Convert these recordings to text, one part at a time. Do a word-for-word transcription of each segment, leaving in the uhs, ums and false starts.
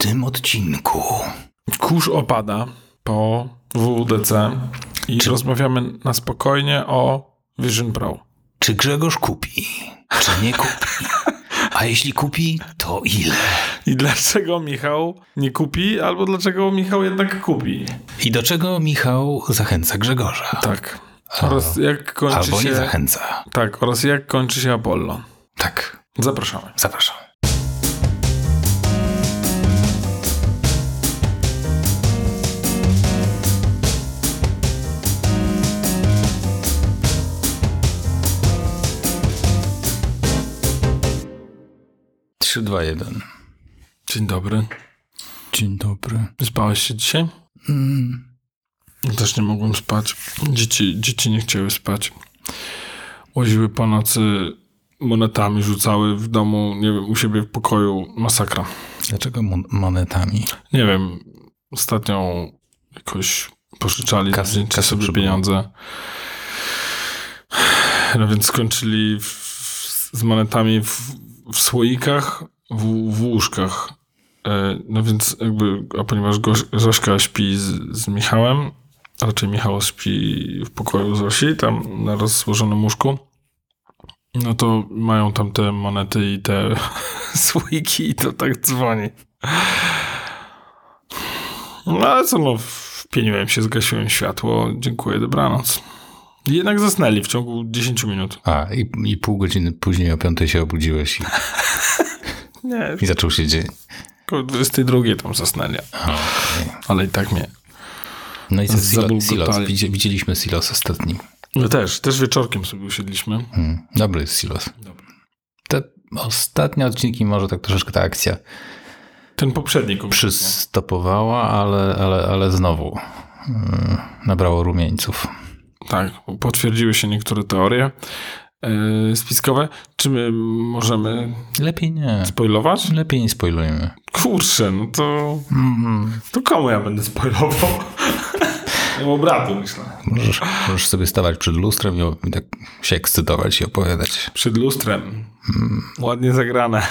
tym odcinku. Kurz opada po W W D C i Czy... rozmawiamy na spokojnie o Vision Pro. Czy Grzegorz kupi? Czy nie kupi? A jeśli kupi, to ile? I dlaczego Michał nie kupi, albo dlaczego Michał jednak kupi? I do czego Michał zachęca Grzegorza? Tak. Oraz jak kończy albo się... nie zachęca. Tak, oraz jak kończy się Apollo. Tak. Zapraszamy. Zapraszamy. trzy, dwa, jeden. Dzień dobry. Dzień dobry. Spałeś się dzisiaj? Mm. Też nie mogłem spać. Dzieci, dzieci nie chciały spać. Łaziły po nocy, monetami rzucały w domu, nie wiem, u siebie w pokoju. Masakra. Dlaczego mon- monetami? Nie wiem. Ostatnio jakoś pożyczali Kas- zdjęcie kasy sobie przybyło. pieniądze. No więc skończyli w, z monetami w, w słoikach, w, w łóżkach. E, no więc jakby, a ponieważ Goś, Zośka śpi z, z Michałem, a raczej Michał śpi w pokoju Zosi, tam na rozłożonym łóżku, no to mają tam te monety i te słoiki i to tak dzwoni. No ale co, no wpieniłem się, zgasiłem światło, dziękuję, dobranoc. I jednak zasnęli w ciągu dziesięć minut. A, i, i pół godziny później o piątej się obudziłeś i, Nie, i zaczął się dzień. około dwudziestej drugiej tam zasnęli. Okay. Ale i tak mnie. No i co, silo, Zabulgotali. silos. Widzi- Widzieliśmy silos ostatni. No też, też wieczorkiem sobie usiedliśmy. Hmm. Dobry jest silos. Dobry. Te ostatnie odcinki może tak troszeczkę ta akcja Ten poprzedni konkretnie. przystopowała, ale, ale, ale znowu yy, nabrało rumieńców. Tak, potwierdziły się niektóre teorie yy, spiskowe. Czy my możemy Lepiej nie. spoilować? Lepiej nie spoilujmy. Kurczę, no to... Mm-hmm. To komu ja będę spoilował? O bratu, myślę. Możesz, możesz sobie stawać przed lustrem i, i tak się ekscytować i opowiadać. Przed lustrem. Mm. Ładnie zagrane.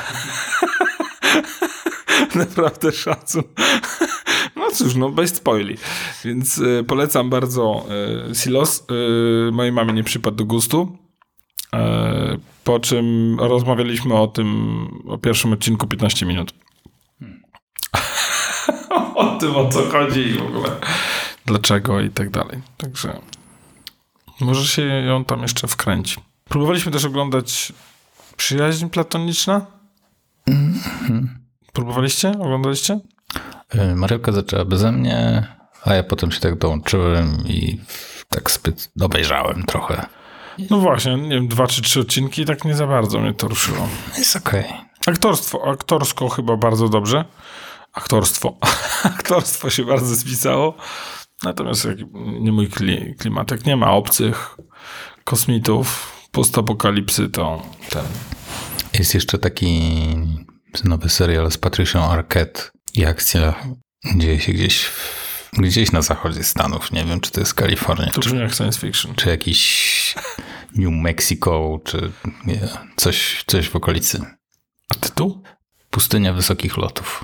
Naprawdę szacun. No cóż, no bez spoili. Więc y, polecam bardzo y, Silos. Y, mojej mamie nie przypadł do gustu. Y, po czym rozmawialiśmy o tym, o pierwszym odcinku piętnaście minut. Hmm. O tym, o co chodzi i w ogóle dlaczego i tak dalej. Także może się ją tam jeszcze wkręci. Próbowaliśmy też oglądać Przyjaźń platoniczna. Mm-hmm. Próbowaliście? Oglądaliście? Marylka zaczęła beze mnie, a ja potem się tak dołączyłem i tak zbyt obejrzałem trochę. No właśnie, nie wiem, dwa czy trzy odcinki i tak nie za bardzo mnie to ruszyło. Jest okej. Okay. Aktorstwo, aktorsko chyba bardzo dobrze. Aktorstwo. Aktorstwo się bardzo spisało. Natomiast jak nie mój kli, klimat, jak nie ma obcych, kosmitów, postapokalipsy, to ten... Jest jeszcze taki nowy serial z Patricią Arquette i akcja dzieje się gdzieś w, gdzieś na zachodzie Stanów. Nie wiem, czy to jest Kalifornia. To brzmi jak science fiction. Czy jakiś New Mexico, czy nie, coś, coś w okolicy. A tytuł? Pustynia wysokich lotów.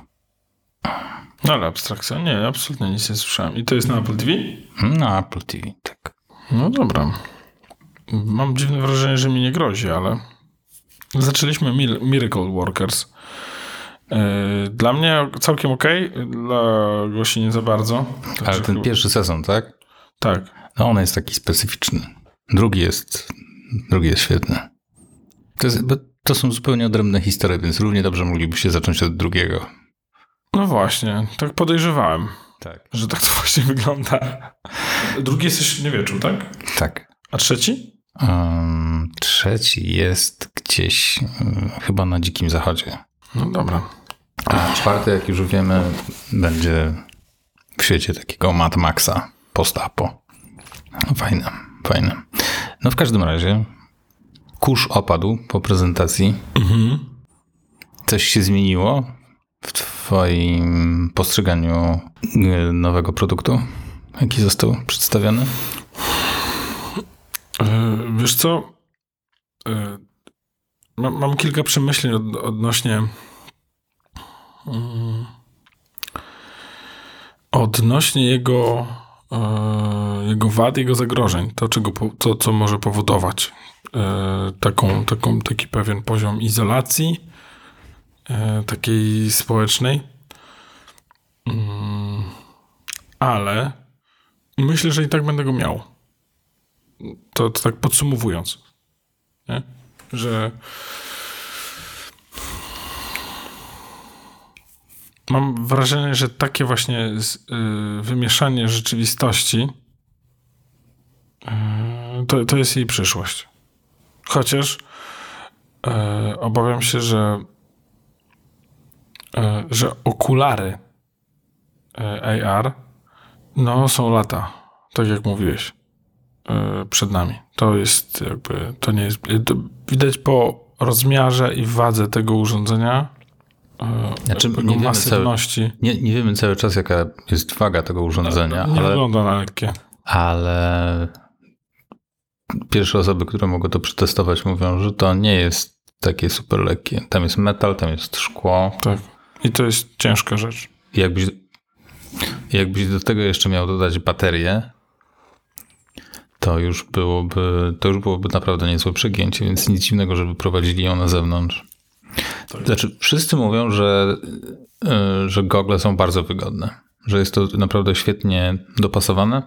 No ale abstrakcja. Nie, absolutnie nic nie słyszałem. I to jest na Apple T V? Na Apple T V, tak. No dobra. Mam dziwne wrażenie, że mi nie grozi, ale zaczęliśmy Mil- Miracle Workers. Dla mnie całkiem okej, okay. Dla Gosi nie za bardzo. Ale ten chyba... pierwszy sezon, tak? Tak. No on jest taki specyficzny. Drugi jest, drugi jest świetny. To, jest, bo to są zupełnie odrębne historie, więc równie dobrze mogliby się zacząć od drugiego. No właśnie, tak podejrzewałem, tak. Że tak to właśnie wygląda. Drugi jest w średniowieczu, tak? Tak. A trzeci? Um, trzeci jest gdzieś um, chyba na Dzikim Zachodzie. No dobra. A czwarty, jak już wiemy, będzie w świecie takiego Mad Maxa, post-apo. No fajne, fajne. No w każdym razie kurz opadł po prezentacji. Mhm. Coś się zmieniło w twoim postrzeganiu nowego produktu, jaki został przedstawiony? Yy, wiesz co? Yy, mam, mam kilka przemyśleń od, odnośnie yy, odnośnie jego, jego wad, jego zagrożeń, to, czego, to co może powodować taką, taką, taki pewien poziom izolacji takiej społecznej. Ale myślę, że i tak będę go miał. To, to tak podsumowując, nie? Że mam wrażenie, że takie właśnie wymieszanie rzeczywistości to, to jest jej przyszłość. Chociaż obawiam się, że że okulary A R no są lata, tak jak mówiłeś, przed nami. To jest jakby, to nie jest, to widać po rozmiarze i wadze tego urządzenia, znaczy, jego nie masywności. Wiemy cały, nie, nie wiemy cały czas, jaka jest waga tego urządzenia. Nie, nie ale, wygląda na lekkie. Ale pierwsze osoby, które mogą to przetestować, mówią, że to nie jest takie super lekkie. Tam jest metal, tam jest szkło. Tak. I to jest ciężka rzecz. I jakbyś, jakbyś do tego jeszcze miał dodać baterię, to już byłoby, to już byłoby naprawdę niezłe przegięcie, więc nic dziwnego, że wyprowadzili ją na zewnątrz. Tak. Znaczy, wszyscy mówią, że, że gogle są bardzo wygodne, że jest to naprawdę świetnie dopasowane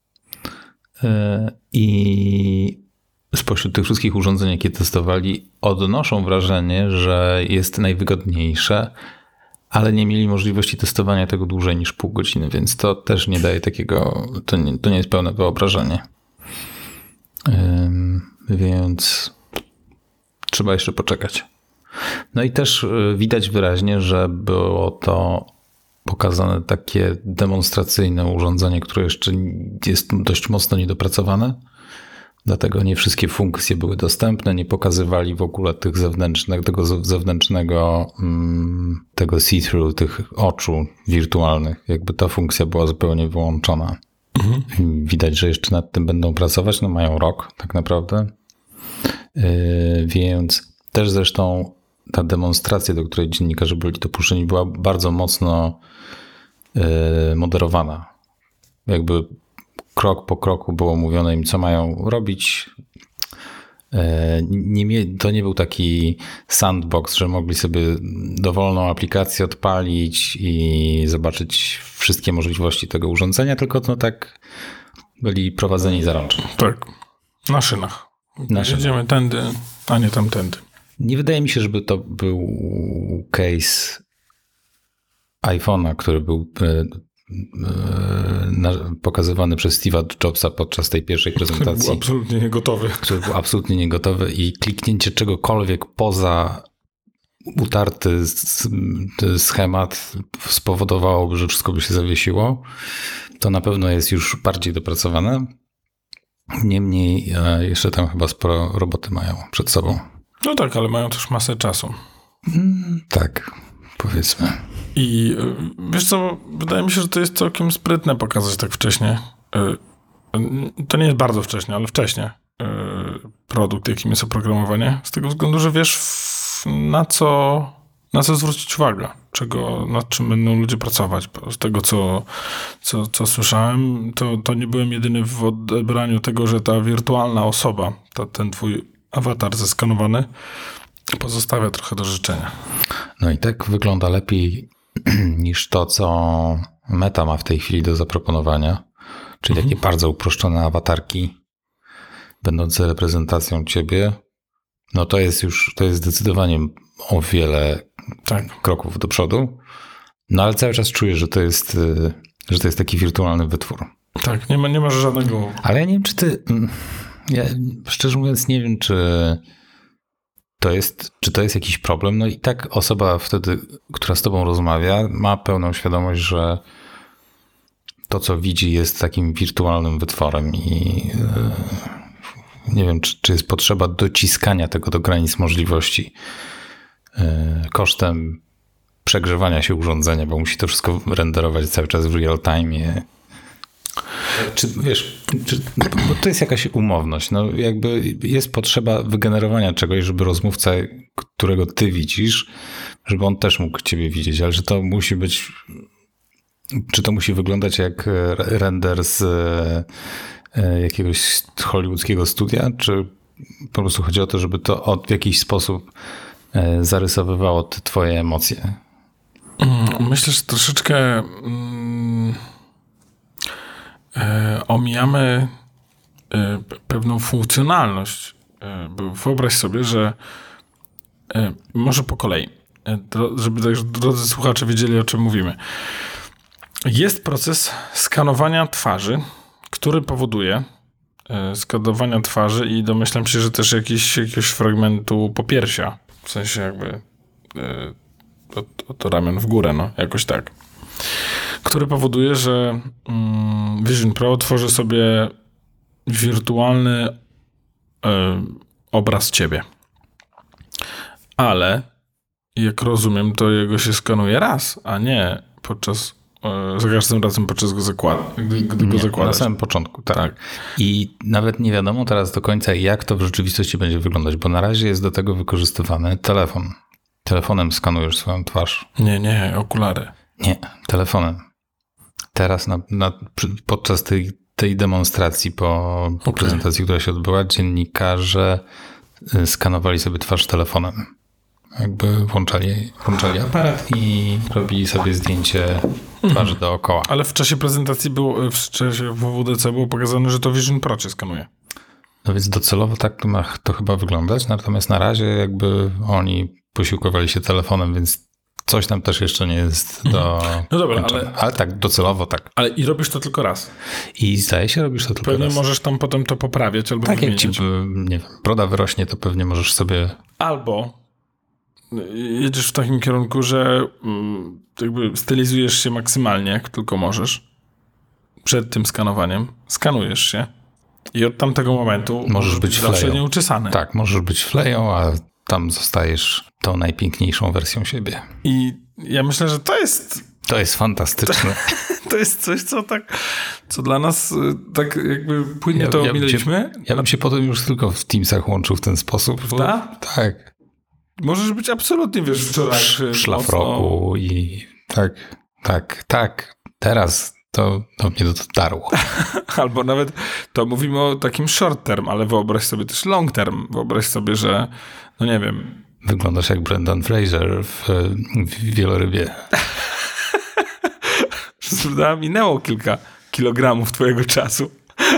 i spośród tych wszystkich urządzeń, jakie testowali, odnoszą wrażenie, że jest najwygodniejsze, ale nie mieli możliwości testowania tego dłużej niż pół godziny, więc to też nie daje takiego, to nie, to nie jest pełne wyobrażenie. Ym, więc trzeba jeszcze poczekać. No i też widać wyraźnie, że było to pokazane takie demonstracyjne urządzenie, które jeszcze jest dość mocno niedopracowane. Dlatego nie wszystkie funkcje były dostępne, nie pokazywali w ogóle tych zewnętrznych, tego zewnętrznego, tego see-through, tych oczu wirtualnych. Jakby ta funkcja była zupełnie wyłączona. Mhm. Widać, że jeszcze nad tym będą pracować, no mają rok tak naprawdę. Yy, więc też zresztą ta demonstracja, do której dziennikarze byli dopuszczeni, była bardzo mocno yy, moderowana. Jakby krok po kroku było mówione im, co mają robić. Nie, to nie był taki sandbox, że mogli sobie dowolną aplikację odpalić i zobaczyć wszystkie możliwości tego urządzenia, tylko no tak byli prowadzeni za rączkę. Tak, na szynach. Na szynach. Jedziemy tędy, a nie tamtędy. Nie wydaje mi się, żeby to był case iPhone'a, który był pokazywany przez Steve'a Jobsa podczas tej pierwszej prezentacji. Który był absolutnie niegotowy. Który był absolutnie niegotowy i kliknięcie czegokolwiek poza utarty schemat spowodowałoby, że wszystko by się zawiesiło. To na pewno jest już bardziej dopracowane. Niemniej jeszcze tam chyba sporo roboty mają przed sobą. No tak, ale mają też masę czasu. Hmm, tak, powiedzmy. I wiesz co, wydaje mi się, że to jest całkiem sprytne pokazać tak wcześnie. To nie jest bardzo wcześnie, ale wcześnie produkt, jakim jest oprogramowanie. Z tego względu, że wiesz na co, na co zwrócić uwagę, czego, nad czym będą ludzie pracować. Z tego, co, co, co słyszałem, to, to nie byłem jedyny w odebraniu tego, że ta wirtualna osoba, ta, ten twój awatar zeskanowany, pozostawia trochę do życzenia. No i tak wygląda lepiej niż to, co Meta ma w tej chwili do zaproponowania, czyli mhm. takie bardzo uproszczone awatarki będące reprezentacją ciebie. No to jest już, to jest zdecydowanie o wiele tak. kroków do przodu. No ale cały czas czuję, że to jest, że to jest taki wirtualny wytwór. Tak, nie ma, nie masz żadnego... Ale ja nie wiem, czy ty... Ja szczerze mówiąc nie wiem, czy to jest, czy to jest jakiś problem. No i tak osoba wtedy, która z tobą rozmawia, ma pełną świadomość, że to, co widzi, jest takim wirtualnym wytworem i yy, nie wiem, czy, czy jest potrzeba dociskania tego do granic możliwości yy, kosztem przegrzewania się urządzenia, bo musi to wszystko renderować cały czas w real time. Czy wiesz, czy, bo to jest jakaś umowność. No jakby jest potrzeba wygenerowania czegoś, żeby rozmówca, którego ty widzisz, żeby on też mógł ciebie widzieć, ale że to musi być Czy to musi wyglądać jak render z jakiegoś hollywoodzkiego studia, czy po prostu chodzi o to, żeby to od, w jakiś sposób zarysowywało te twoje emocje? Myślę, że troszeczkę mm, e, omijamy e, pewną funkcjonalność. E, bo wyobraź sobie, że e, może po kolei, e, dro, żeby też drodzy słuchacze wiedzieli, o czym mówimy. Jest proces skanowania twarzy, który powoduje e, skanowania twarzy i domyślam się, że też jakiś, jakiegoś fragmentu popiersia. W sensie jakby e, od, od ramion w górę, no jakoś tak. Który powoduje, że mm, Vision Pro tworzy sobie wirtualny y, obraz ciebie. Ale jak rozumiem, to jego się skanuje raz, a nie podczas y, za każdym razem podczas go zakładu, gdy, gdy go nie, zakładasz. Na samym początku, tak. tak. I nawet nie wiadomo teraz do końca, jak to w rzeczywistości będzie wyglądać, bo na razie jest do tego wykorzystywany telefon. Telefonem skanujesz swoją twarz. Nie, nie, okulary. Nie, telefonem. Teraz na, na, podczas tej, tej demonstracji po, po okay. prezentacji, która się odbyła, dziennikarze skanowali sobie twarz telefonem. Jakby włączali, włączali aparat i robili sobie zdjęcie twarzy dookoła. Ale w czasie prezentacji było, w czasie W W D C było pokazane, że to Vision Pro cię skanuje. No więc docelowo tak ma to chyba wyglądać, natomiast na razie jakby oni posiłkowali się telefonem, więc coś tam też jeszcze nie jest do... No dobra, ale... Ale tak, docelowo tak. Ale i robisz to tylko raz. I zdaje się, robisz to tylko pewnie raz. Pewnie możesz tam potem to poprawiać albo tak wymieniać. Jak ci, nie wiem, broda wyrośnie, to pewnie możesz sobie... Albo jedziesz w takim kierunku, że jakby stylizujesz się maksymalnie, jak tylko możesz. Przed tym skanowaniem. Skanujesz się. I od tamtego momentu możesz być zawsze fleją. Nieuczesany. Tak, możesz być fleją, a tam zostajesz tą najpiękniejszą wersją siebie. I ja myślę, że to jest... To jest fantastyczne. To, to jest coś, co tak, co dla nas tak jakby płynnie ja, to ja ominęliśmy. Ja bym się potem już tylko w Teamsach łączył w ten sposób. Bo, tak. Możesz być absolutnie, wiesz, wczoraj... W szlafroku mocno... i tak, tak, tak. Teraz to do mnie dotarło. Albo nawet to mówimy o takim short term, ale wyobraź sobie też long term. Wyobraź sobie, że no nie wiem... Wyglądasz jak Brendan Fraser w, w Wielorybie. Prawda? Minęło kilka kilogramów twojego czasu.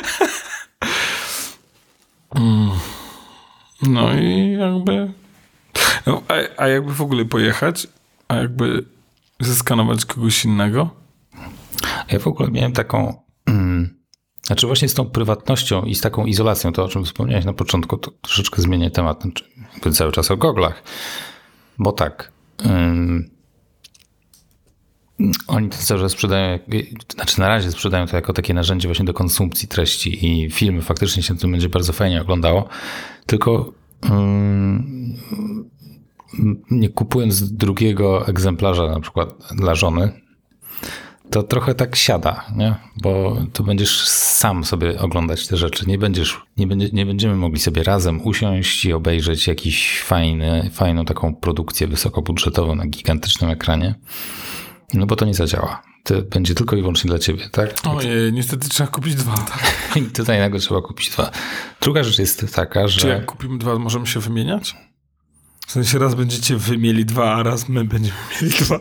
mm. No i jakby... No, a, a jakby w ogóle pojechać, a jakby zeskanować kogoś innego? Ja w ogóle miałem taką... Mm, znaczy właśnie z tą prywatnością i z taką izolacją, to o czym wspomniałeś na początku, to troszeczkę zmienię temat. Znaczy, cały czas o goglach. Bo tak... Mm, oni to cały czas sprzedają, znaczy na razie sprzedają to jako takie narzędzie właśnie do konsumpcji treści i filmy faktycznie się tym będzie bardzo fajnie oglądało, tylko um, nie kupując drugiego egzemplarza na przykład dla żony, to trochę tak siada, nie? Bo to będziesz sam sobie oglądać te rzeczy. Nie będziesz, nie, będzie, nie będziemy mogli sobie razem usiąść i obejrzeć jakiś fajny, fajną taką produkcję wysokobudżetową na gigantycznym ekranie. No bo to nie zadziała. To będzie tylko i wyłącznie dla ciebie, tak? Ojej, niestety trzeba kupić dwa. Tak? I tutaj nagle trzeba kupić dwa. Druga rzecz jest taka, że... Czy jak kupimy dwa, możemy się wymieniać? W sensie raz będziecie wy mieli dwa, a raz my będziemy mieli dwa.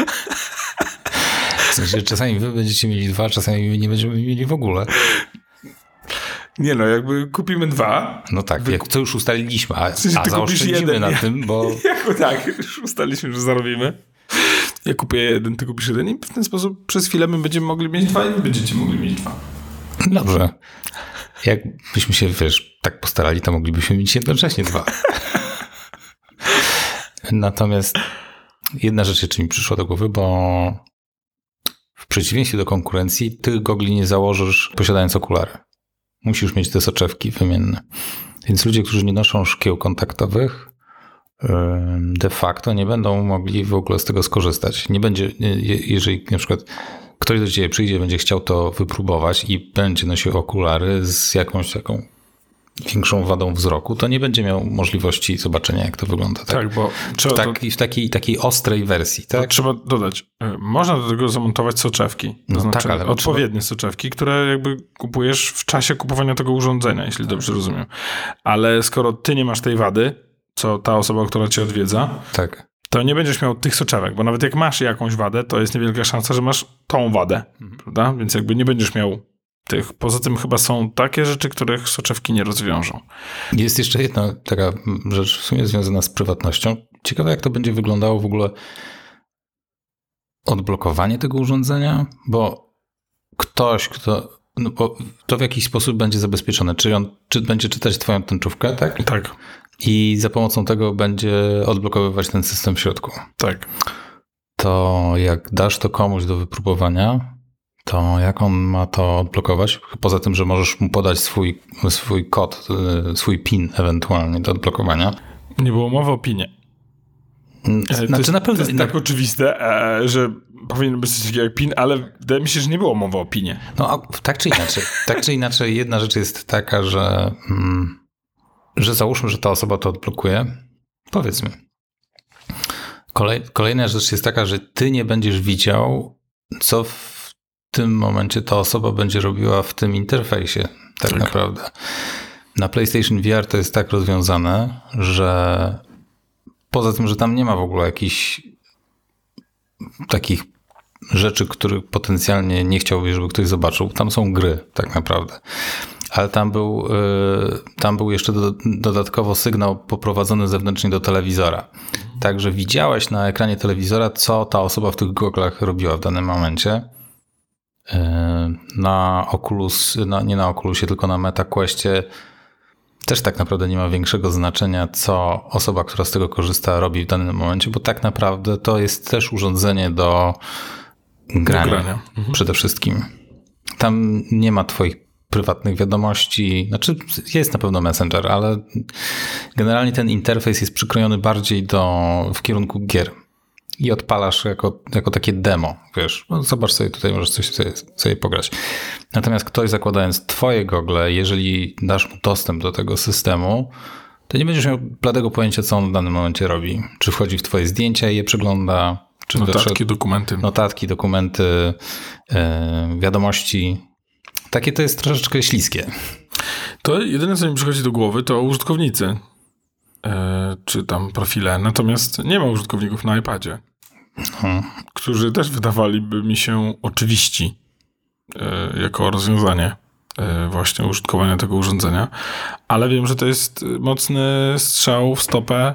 W sensie czasami wy będziecie mieli dwa, czasami my nie będziemy mieli w ogóle. Nie no, jakby kupimy dwa. No tak, wy... jak to już ustaliliśmy, a, w sensie, a zaoszczędzimy jeden, na ja, tym, bo... Jako tak, już ustaliliśmy, że zarobimy. Ja kupuję jeden, ty kupisz jeden i w ten sposób przez chwilę my będziemy mogli mieć dwa i wy będziecie mogli mieć dwa. Dobrze. Jakbyśmy się, wiesz, tak postarali, to moglibyśmy mieć jednocześnie dwa. Natomiast jedna rzecz jeszcze mi przyszła do głowy, bo w przeciwieństwie do konkurencji tych gogli nie założysz posiadając okulary. Musisz mieć te soczewki wymienne. Więc ludzie, którzy nie noszą szkieł kontaktowych, de facto nie będą mogli w ogóle z tego skorzystać. Nie będzie, jeżeli na przykład ktoś do ciebie przyjdzie, będzie chciał to wypróbować i będzie nosił okulary z jakąś taką większą wadą wzroku, to nie będzie miał możliwości zobaczenia, jak to wygląda. Tak, tak bo trzeba w, taki, w takiej, takiej ostrej wersji. Tak? Trzeba dodać, można do tego zamontować soczewki, to no znaczy tak, ale odpowiednie trzeba... soczewki, które jakby kupujesz w czasie kupowania tego urządzenia, jeśli tak. dobrze rozumiem. Ale skoro ty nie masz tej wady, co ta osoba, która cię odwiedza, tak. to nie będziesz miał tych soczewek, bo nawet jak masz jakąś wadę, to jest niewielka szansa, że masz tą wadę, mhm. prawda? Więc jakby nie będziesz miał tych. Poza tym chyba są takie rzeczy, których soczewki nie rozwiążą. Jest jeszcze jedna taka rzecz w sumie związana z prywatnością. Ciekawe, jak to będzie wyglądało w ogóle odblokowanie tego urządzenia, bo ktoś, kto... No bo to w jakiś sposób będzie zabezpieczone. Czy on czy będzie czytać twoją tęczówkę, tak? Tak. I za pomocą tego będzie odblokowywać ten system w środku. Tak. To jak dasz to komuś do wypróbowania, to jak on ma to odblokować? Poza tym, że możesz mu podać swój, swój kod, swój PIN ewentualnie do odblokowania. Nie było mowy o PINie. Znaczy, to jest, na pewno, to jest tak oczywiste, że powinien być coś takiego jak PIN, ale wydaje mi się, że nie było mowy o PINie. No tak czy inaczej. Tak czy inaczej, jedna rzecz jest taka, że, mm, że załóżmy, że ta osoba to odblokuje. Powiedzmy. Kolej, kolejna rzecz jest taka, że ty nie będziesz widział, co w tym momencie ta osoba będzie robiła w tym interfejsie. Tak, tak naprawdę. Na PlayStation V R to jest tak rozwiązane, że poza tym, że tam nie ma w ogóle jakichś takich rzeczy, których potencjalnie nie chciałbyś, żeby ktoś zobaczył. Tam są gry tak naprawdę. Ale tam był, tam był jeszcze do, dodatkowo sygnał poprowadzony zewnętrznie do telewizora. Także widziałeś na ekranie telewizora, co ta osoba w tych goglach robiła w danym momencie. Na Oculus, na, nie na Oculusie, tylko na MetaQuestie też tak naprawdę nie ma większego znaczenia, co osoba, która z tego korzysta, robi w danym momencie, bo tak naprawdę to jest też urządzenie do grania, do grania. Mhm. Przede wszystkim. Tam nie ma twoich prywatnych wiadomości, znaczy jest na pewno Messenger, ale generalnie ten interfejs jest przykrojony bardziej do, w kierunku gier i odpalasz jako, jako takie demo, wiesz, no zobacz sobie, tutaj możesz coś sobie, sobie pograć. Natomiast ktoś, zakładając twoje gogle, jeżeli dasz mu dostęp do tego systemu, to nie będziesz miał bladego pojęcia, co on w danym momencie robi. Czy wchodzi w twoje zdjęcia i je przegląda, czy notatki, wyszedł, dokumenty. Notatki, dokumenty, yy, wiadomości. Takie to jest troszeczkę śliskie. To jedyne, co mi przychodzi do głowy, to użytkownicy. E, czy tam profile. Natomiast nie ma użytkowników na iPadzie, hmm. którzy też wydawaliby mi się oczywiści e, jako rozwiązanie e, właśnie użytkowania tego urządzenia. Ale wiem, że to jest mocny strzał w stopę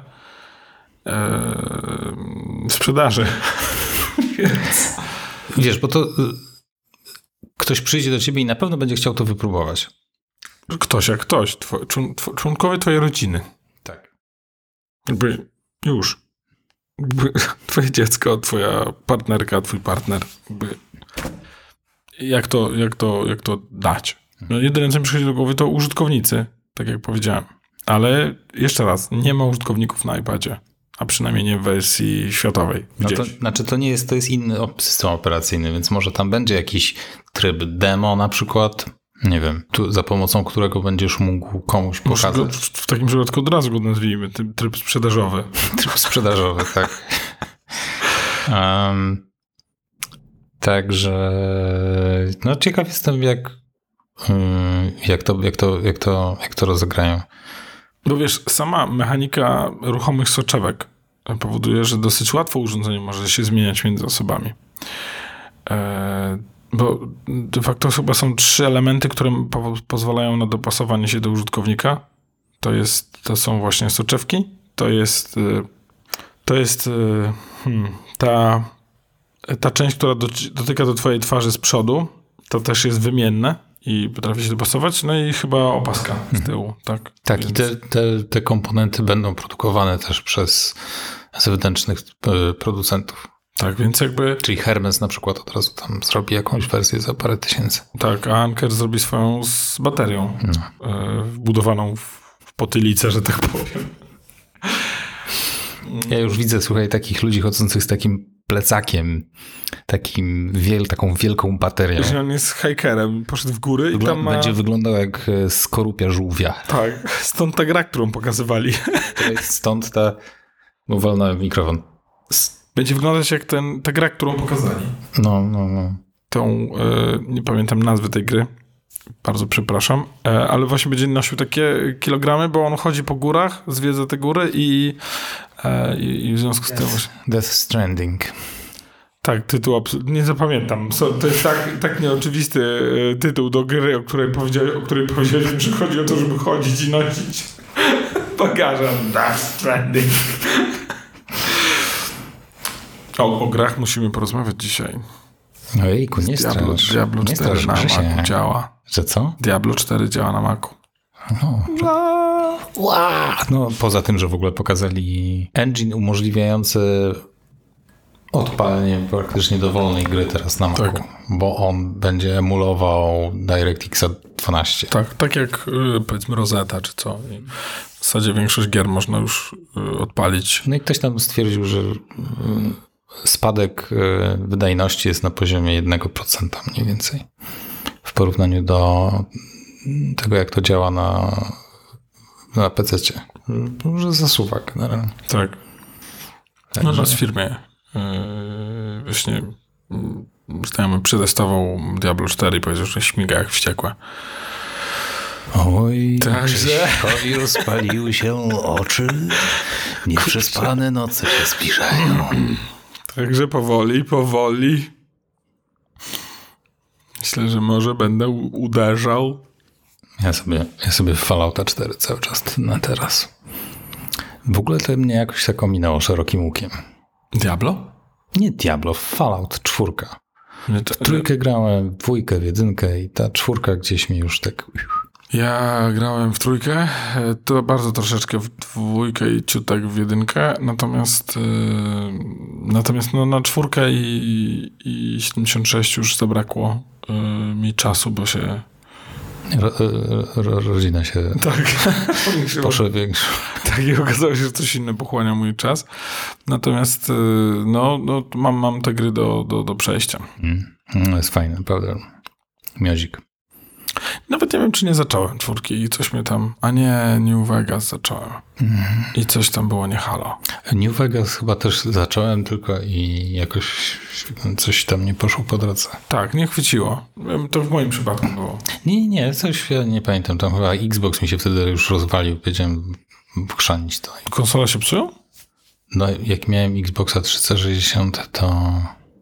e, sprzedaży. Więc... Wiesz, bo to ktoś przyjdzie do ciebie i na pewno będzie chciał to wypróbować. Ktoś jak ktoś. Two, człon, członkowie twojej rodziny. Tak. Jakby już. Jakby twoje dziecko, twoja partnerka, twój partner. Jakby jak to, jak to, jak to dać? No, jedyne, co mi przychodzi do głowy, to użytkownicy, tak jak powiedziałem. Ale jeszcze raz, nie ma użytkowników na iPadzie. A przynajmniej nie w wersji światowej. No to, znaczy to nie jest, to jest inny system operacyjny, więc może tam będzie jakiś tryb demo na przykład, nie wiem, tu, za pomocą którego będziesz mógł komuś pokazać. Go, w takim przypadku od razu go nazwijmy, tryb sprzedażowy. Tryb sprzedażowy, tak. Um, także no ciekaw jestem, jak, jak, to, jak, to, jak, to, jak to rozegrają. Bo wiesz, sama mechanika ruchomych soczewek powoduje, że dosyć łatwo urządzenie może się zmieniać między osobami. E, bo de facto chyba są trzy elementy, które po- pozwalają na dopasowanie się do użytkownika. To jest, to są właśnie soczewki, to jest, to jest hmm, ta, ta część, która dotyka do twojej twarzy z przodu, to też jest wymienne i potrafi się dopasować, no i chyba opaska z tyłu, tak? Tak, Więc... i te, te, te komponenty będą produkowane też przez zewnętrznych producentów. Tak, więc jakby... Czyli Hermes na przykład od razu tam zrobi jakąś wersję za parę tysięcy. Tak, a Anker zrobi swoją z baterią no. e, wbudowaną w potylicę, że tak powiem. Ja już widzę, słuchaj, takich ludzi chodzących z takim plecakiem, takim wiel, taką wielką baterią. Że on jest hikerem, poszedł w góry Wygl- i tam ma... Będzie wyglądał jak skorupia żółwia. Tak, stąd ta gra, którą pokazywali. To jest stąd ta... Bo walnąłem mikrofon. Będzie wyglądać jak ten, ta gra, którą pokazali. No, no, no. Tą, e, nie pamiętam nazwy tej gry, bardzo przepraszam, e, ale właśnie będzie nosił takie kilogramy, bo on chodzi po górach, zwiedza te góry i, e, i, i w związku z tym... Właśnie... Death Stranding. Tak, tytuł abs- nie zapamiętam. So, to jest tak, tak nieoczywisty e, tytuł do gry, o której, powiedział, o której powiedzieliśmy, że chodzi o to, żeby chodzić i nosić bagażem. Death Stranding. O, o grach musimy porozmawiać dzisiaj. Ojejku, nie Diablo, strasz. Diablo nie cztery strasz, na Grzesie. Macu działa. Że co? Diablo cztery działa na Macu. No, że... no, poza tym, że w ogóle pokazali engine umożliwiający odpalenie praktycznie dowolnej gry teraz na Macu, Tak. bo on będzie emulował DirectX dwanaście. Tak, tak jak y, powiedzmy Rosetta czy co. I w zasadzie większość gier można już y, odpalić. No i ktoś tam stwierdził, że y, spadek y, wydajności jest na poziomie jednego procenta mniej więcej w porównaniu do tego, jak to działa na, na pececie. Że zasuwa generalnie. Tak. Także... No nas w firmie yy, właśnie yy, znajomy przetestował Diablo cztery i powiedział, że śmiga jak wściekłe. Oj, Także- Krzyśkowi rozpaliły się oczy. Nieprzespane noce się zbliżają. Także powoli, powoli. Myślę, że może będę u- uderzał. Ja sobie, ja sobie w Fallouta cztery cały czas na teraz. W ogóle to mnie jakoś tak ominęło szerokim łukiem. Diablo? Nie Diablo, Fallout czwórka. Nie, to, Trójkę grałem, dwójkę, w jedynkę i ta czwórka gdzieś mi już tak... Ja grałem w trójkę, to bardzo troszeczkę w dwójkę i ciutek w jedynkę, natomiast yy, natomiast no, na czwórkę i, i siedemdziesiąt sześć już zabrakło yy, mi czasu, bo się... Ro, ro, rodzina się Tak, poszła większa. tak i okazało się, że coś inne pochłania mój czas. Natomiast yy, no, no mam, mam te gry do, do, do przejścia. Mm, no jest fajne, naprawdę. Miozik. Nawet nie wiem, czy nie zacząłem czwórki i coś mnie tam... A nie, New Vegas zacząłem. Mm. I coś tam było nie halo. New Vegas chyba też zacząłem tylko i jakoś coś tam nie poszło po drodze. Tak, nie chwyciło. To w moim przypadku było. Nie, nie, coś ja nie pamiętam. Tam chyba Xbox mi się wtedy już rozwalił. Powiedziałem chrzanić to. Konsola się psują? No, jak miałem Xboxa trzysta sześćdziesiąt, to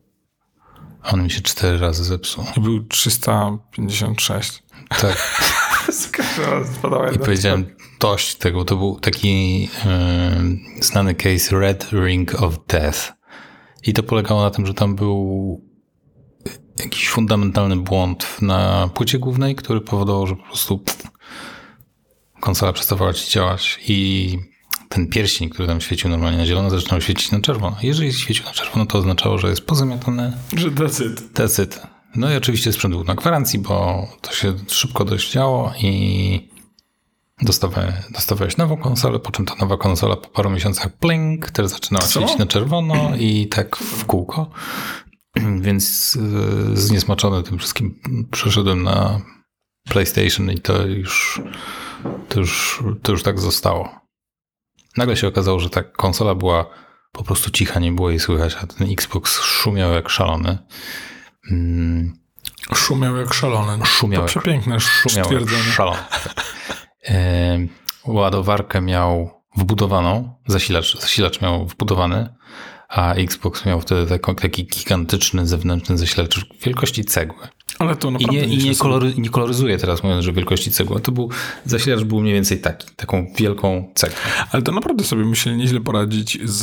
on mi się cztery razy zepsuł. I był trzysta pięćdziesiąt sześć. Tak. Spadała I powiedziałem dość tego. To był taki yy, znany case Red Ring of Death. I to polegało na tym, że tam był jakiś fundamentalny błąd na płycie głównej, który powodował, że po prostu pff, konsola przestawała ci działać i ten pierścień, który tam świecił normalnie na zielono, zaczynał świecić na czerwono. Jeżeli świecił na czerwono, to oznaczało, że jest pozamiatane. Że decyt. Decyt. No i oczywiście sprzęt był na gwarancji, bo to się szybko dość działo i dostawałeś, dostawałeś nową konsolę, po czym ta nowa konsola po paru miesiącach pling, też zaczynała Co? świecić na czerwono i tak w kółko. Więc yy, zniesmaczony tym wszystkim przeszedłem na PlayStation i to już, to już, to już tak zostało. Nagle się okazało, że ta konsola była po prostu cicha, nie było jej słychać, a ten Xbox szumiał jak szalony. Mm, Szumiał jak szalony. Szumiał to jak- przepiękne szumiał jak stwierdzenie. szalony. E, ładowarkę miał wbudowaną, zasilacz, zasilacz miał wbudowany, a Xbox miał wtedy taką, taki gigantyczny zewnętrzny zasilacz wielkości cegły. Ale to I naprawdę nie, i nie, niesie sobie- kolory, nie koloryzuję teraz, mówiąc, że wielkości cegły. To był, zasilacz był mniej więcej taki, taką wielką cegłą. Ale to naprawdę sobie musieli nieźle poradzić z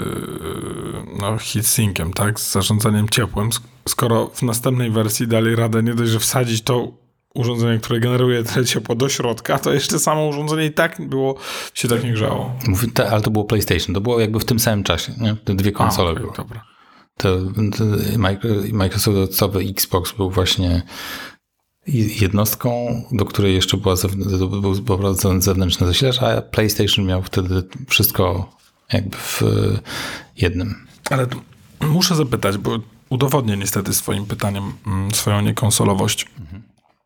no, heatsinkiem, tak? Z zarządzaniem ciepłem, sk- skoro w następnej wersji dali radę nie dość, że wsadzić to urządzenie, które generuje tyle ciepło do środka, to jeszcze samo urządzenie i tak było, się tak nie grzało. Mówię, te, ale to było PlayStation. To było jakby w tym samym czasie. Nie? Te dwie konsole A, okej, były. dobra. To, to Microsoftowy Xbox był właśnie jednostką, do której jeszcze była zewn- był wprowadzony zewnętrzny zasilacz, a PlayStation miał wtedy wszystko jakby w jednym. Ale to Muszę zapytać, bo udowodnię niestety swoim pytaniem swoją niekonsolowość. Mhm.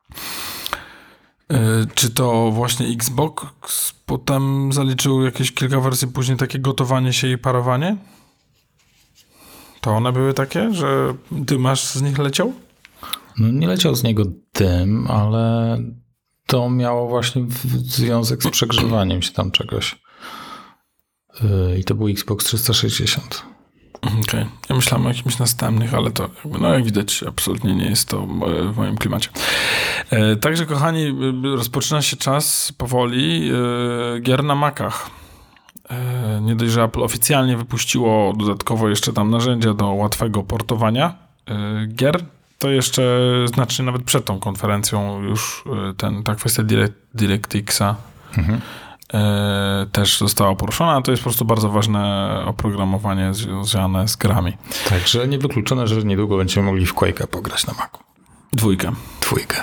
Czy to właśnie Xbox potem zaliczył jakieś kilka wersji później takie gotowanie się i parowanie? To one były takie, że ty masz z nich leciał? No nie leciał z niego dym, ale to miało właśnie związek z przegrzewaniem się tam czegoś. I to był Xbox trzysta sześćdziesiąt. Okej. Okay. Ja myślałem o jakimś następnych, ale to jakby, no jak widać absolutnie nie jest to w moim klimacie. E, także kochani, rozpoczyna się czas powoli e, gier na Macach. E, nie dość, że Apple oficjalnie wypuściło dodatkowo jeszcze tam narzędzia do łatwego portowania e, gier, to jeszcze znacznie nawet przed tą konferencją już ten, ta kwestia Direct, DirectXa mhm. e, też została poruszona. To jest po prostu bardzo ważne oprogramowanie związane z grami. Także niewykluczone, że niedługo będziemy mogli w Quake'a pograć na Macu. Dwójkę. Dwójkę.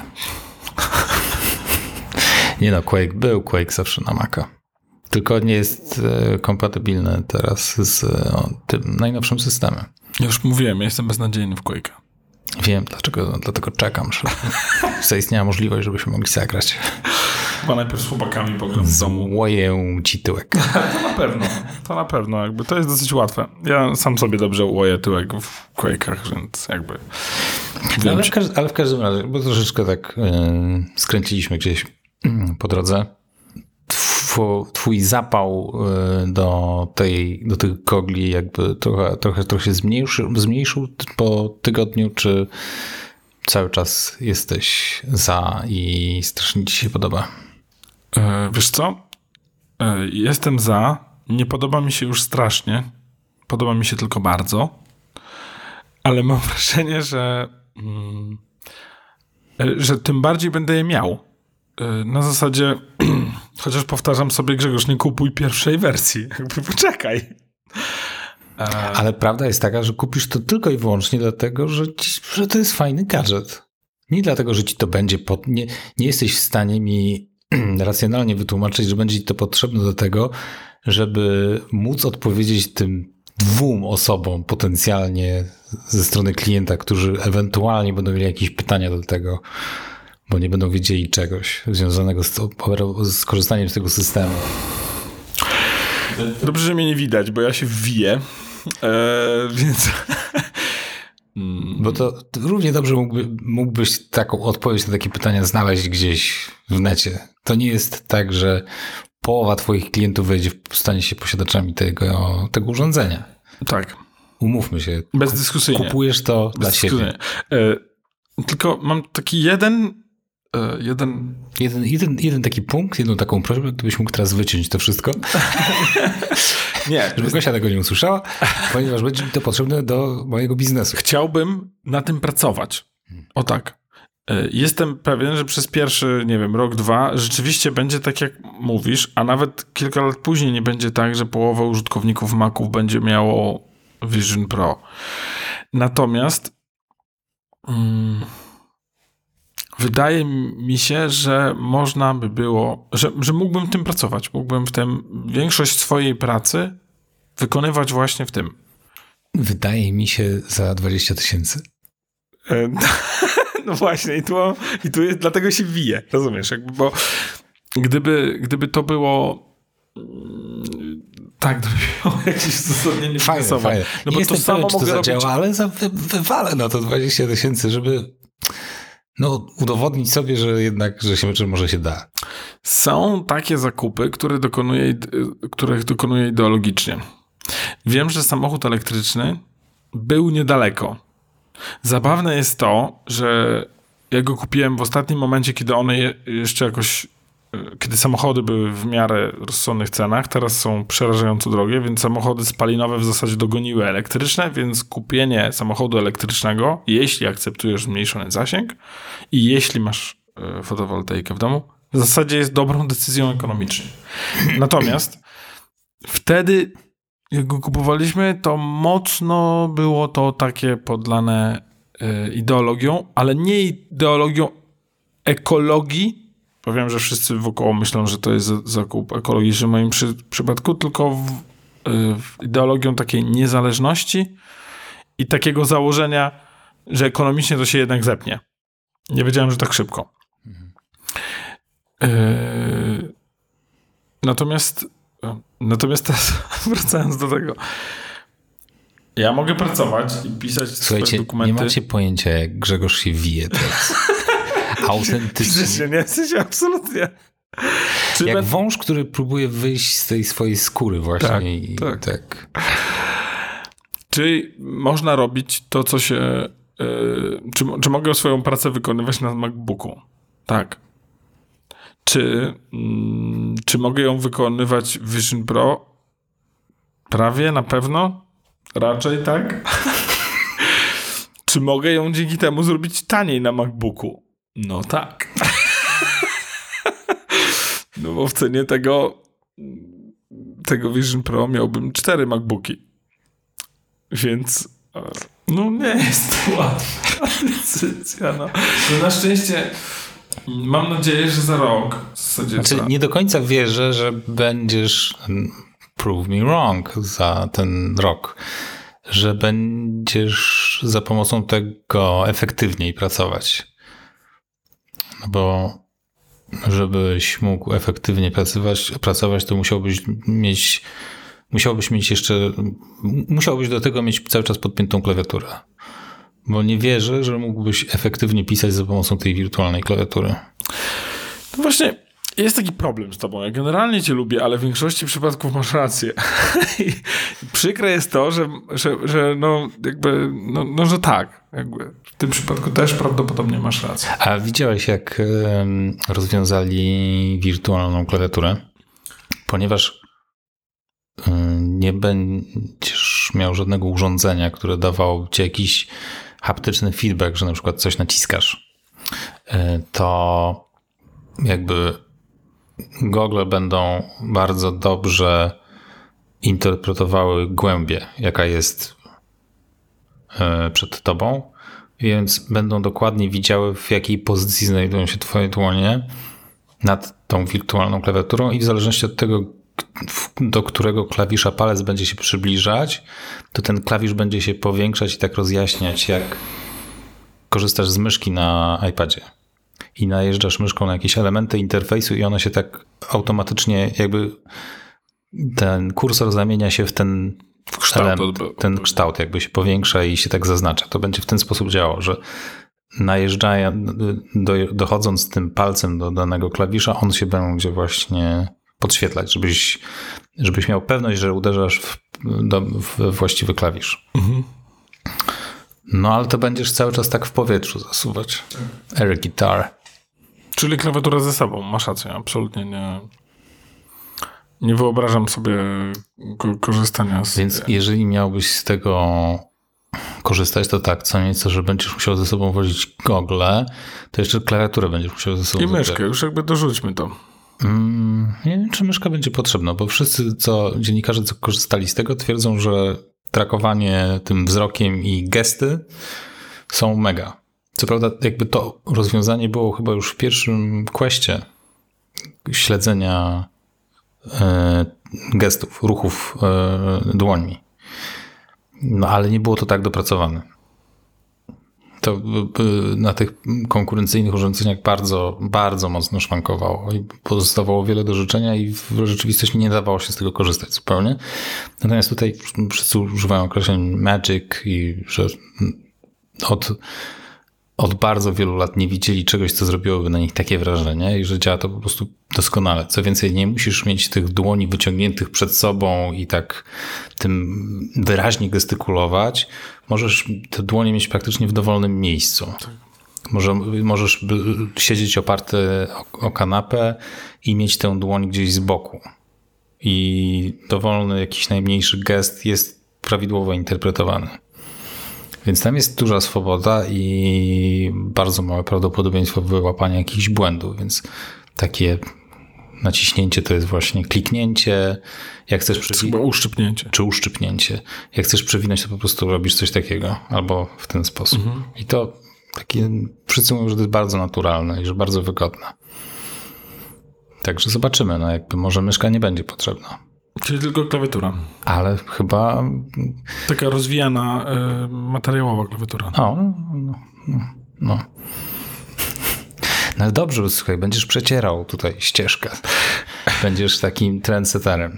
Nie no, Quake był, Quake zawsze na Maca. Tylko nie jest e, kompatybilny teraz z o, tym najnowszym systemem. Ja już mówiłem, ja jestem beznadziejny w Quake'a. Wiem, dlaczego, dlatego czekam, że zaistniała możliwość, żebyśmy mogli zagrać. Chyba najpierw z chłopakami pogram w domu. Łoję ci tyłek. To na pewno, to na pewno. Jakby to jest dosyć łatwe. Ja sam sobie dobrze łoję tyłek w Quake'ach, więc jakby... Ale w, każ- ale w każdym razie, bo troszeczkę tak yy, skręciliśmy gdzieś yy, po drodze. Tw- twój zapał yy, do, tej, do tych gogli jakby trochę, trochę, trochę się zmniejszył, zmniejszył po tygodniu, czy cały czas jesteś za i strasznie ci się podoba? Yy, wiesz co? Yy, jestem za. Nie podoba mi się już strasznie. Podoba mi się tylko bardzo. Ale mam wrażenie, że yy, że tym bardziej będę je miał. Yy, na zasadzie chociaż powtarzam sobie, Grzegorz, nie kupuj pierwszej wersji. Jakby poczekaj. Ale prawda jest taka, że kupisz to tylko i wyłącznie dlatego, że, ci, że to jest fajny gadżet. Nie dlatego, że ci to będzie... Pod... Nie, nie jesteś w stanie mi racjonalnie wytłumaczyć, że będzie ci to potrzebne do tego, żeby móc odpowiedzieć tym dwóm osobom potencjalnie ze strony klienta, którzy ewentualnie będą mieli jakieś pytania do tego, bo nie będą wiedzieli czegoś związanego z, z korzystaniem z tego systemu. Dobrze, że mnie nie widać, bo ja się wwiję, eee, więc... Bo to równie dobrze mógłby, mógłbyś taką odpowiedź na takie pytania znaleźć gdzieś w necie. To nie jest tak, że połowa twoich klientów wejdzie w stanie się posiadaczami tego, tego urządzenia. Tak. Umówmy się. Bezdyskusyjnie. Kupujesz to dla siebie. Eee, tylko mam taki jeden... Jeden... Jeden, jeden, jeden taki punkt, jedną taką prośbę, gdybyś mógł teraz wyciąć to wszystko. Nie. Żeby Gosia tego nie usłyszała, ponieważ będzie mi to potrzebne do mojego biznesu. Chciałbym na tym pracować. O tak. Jestem pewien, że przez pierwszy, nie wiem, rok, dwa rzeczywiście będzie tak, jak mówisz, a nawet kilka lat później nie będzie tak, że połowa użytkowników Maców będzie miało Vision Pro. Natomiast... Mm, wydaje mi się, że można by było, że, że mógłbym w tym pracować. Mógłbym w tym większość swojej pracy wykonywać właśnie w tym. Wydaje mi się za dwadzieścia tysięcy. No właśnie, i tu, i tu jest, dlatego się wije, rozumiesz? Jakby, bo gdyby, gdyby to było tak, gdyby miało jakieś uzasadnienie finansowe. No bo jestem to samo pewien, czy to zadziała, robić... ale za, wy, wywalę na to dwadzieścia tysięcy, żeby no, udowodnić sobie, że jednak, że się że może się da. Są takie zakupy, które dokonuje, których dokonuje ideologicznie. Wiem, że samochód elektryczny był niedaleko. Zabawne jest to, że ja go kupiłem w ostatnim momencie, kiedy one jeszcze jakoś, kiedy samochody były w miarę rozsądnych cenach, teraz są przerażająco drogie, więc samochody spalinowe w zasadzie dogoniły elektryczne, więc kupienie samochodu elektrycznego, jeśli akceptujesz zmniejszony zasięg i jeśli masz fotowoltaikę w domu, w zasadzie jest dobrą decyzją ekonomiczną. Natomiast wtedy, jak go kupowaliśmy, to mocno było to takie podlane ideologią, ale nie ideologią ekologii. Powiem, że wszyscy wokoło myślą, że to jest zakup ekologiczny w moim przy, przypadku, tylko w, w ideologią takiej niezależności i takiego założenia, że ekonomicznie to się jednak zepnie. Nie wiedziałem, że tak szybko. Mhm. Yy, natomiast natomiast teraz wracając do tego, ja mogę pracować i pisać Słuchajcie, swoje dokumenty. Nie macie pojęcia, jak Grzegorz się wije teraz. Autentycznie. Przecież nie jesteś absolutnie. Czy jak ben... wąż, który próbuje wyjść z tej swojej skóry właśnie. Tak, i, tak. tak. Czy można robić to, co się... Yy, czy, czy mogę swoją pracę wykonywać na MacBooku? Tak. Czy, mm, czy mogę ją wykonywać w Vision Pro? Prawie, na pewno. Raczej tak. Czy mogę ją dzięki temu zrobić taniej na MacBooku? No tak. No bo w cenie tego tego Vision Pro miałbym cztery MacBooki. Więc no nie jest to łatwa decyzja. No. No na szczęście mam nadzieję, że za rok w zasadzie znaczy, za... nie do końca wierzę, że będziesz prove me wrong za ten rok. Że będziesz za pomocą tego efektywniej pracować. No bo żebyś mógł efektywnie pracować, pracować, to musiałbyś mieć musiałbyś mieć jeszcze musiałbyś do tego mieć cały czas podpiętą klawiaturę. Bo nie wierzę, że mógłbyś efektywnie pisać za pomocą tej wirtualnej klawiatury. No właśnie jest taki problem z tobą. Ja generalnie cię lubię, ale w większości przypadków masz rację. I przykre jest to, że, że, że no jakby, no, no że tak. Jakby w tym przypadku też prawdopodobnie masz rację. A widziałeś, jak rozwiązali wirtualną klawiaturę? Ponieważ nie będziesz miał żadnego urządzenia, które dawało ci jakiś haptyczny feedback, że na przykład coś naciskasz, to jakby gogle będą bardzo dobrze interpretowały głębię, jaka jest przed tobą, więc będą dokładnie widziały, w jakiej pozycji znajdują się twoje dłonie nad tą wirtualną klawiaturą i w zależności od tego, do którego klawisza palec będzie się przybliżać, to ten klawisz będzie się powiększać i tak rozjaśniać, jak korzystasz z myszki na iPadzie i najeżdżasz myszką na jakieś elementy interfejsu i one się tak automatycznie jakby ten kursor zamienia się w ten w kształt, element, ten kształt jakby się powiększa i się tak zaznacza. To będzie w ten sposób działało, że najeżdżając, do, dochodząc tym palcem do danego klawisza, on się będzie właśnie podświetlać, żebyś, żebyś miał pewność, że uderzasz w, do, w właściwy klawisz. Mhm. No ale to będziesz cały czas tak w powietrzu zasuwać. Air guitar. Czyli klawiatura ze sobą. Masz rację. Absolutnie nie... Nie wyobrażam sobie ko- korzystania z... Więc jeżeli miałbyś z tego korzystać, to tak, co nieco, że będziesz musiał ze sobą wozić gogle, to jeszcze klawiaturę będziesz musiał ze sobą I myszkę. zabierać. Już jakby dorzućmy to. Mm, nie wiem, czy myszka będzie potrzebna, bo wszyscy, co dziennikarze, co korzystali z tego, twierdzą, że trakowanie tym wzrokiem i gesty są mega. Co prawda, jakby to rozwiązanie było chyba już w pierwszym questie śledzenia e, gestów, ruchów e, dłońmi. No ale nie było to tak dopracowane. To na tych konkurencyjnych urządzeniach bardzo, bardzo mocno szwankowało i pozostawało wiele do życzenia i w rzeczywistości nie dawało się z tego korzystać zupełnie. Natomiast tutaj wszyscy używają określeń magic i że od, od bardzo wielu lat nie widzieli czegoś, co zrobiłoby na nich takie wrażenie i że działa to po prostu doskonale. Co więcej, nie musisz mieć tych dłoni wyciągniętych przed sobą i tak tym wyraźnie gestykulować. Możesz te dłonie mieć praktycznie w dowolnym miejscu. Może, możesz siedzieć oparty o, o kanapę i mieć tę dłoń gdzieś z boku. I dowolny jakiś najmniejszy gest jest prawidłowo interpretowany. Więc tam jest duża swoboda i bardzo małe prawdopodobieństwo wyłapania jakichś błędów, więc takie naciśnięcie to jest właśnie kliknięcie, jak chcesz przewinąć, chyba uszczypnięcie. Czy uszczypnięcie. Jak chcesz przewinąć, to po prostu robisz coś takiego, albo w ten sposób. Mhm. I to takie, wszyscy mówią, że to jest bardzo naturalne i że bardzo wygodne. Także zobaczymy, no jakby może myszka nie będzie potrzebna. Czyli tylko klawiatura. Ale chyba... Taka rozwijana, y, materiałowa klawiatura. O, no, no, no. No ale dobrze, słuchaj, będziesz przecierał tutaj ścieżkę. Będziesz takim trendsetterem.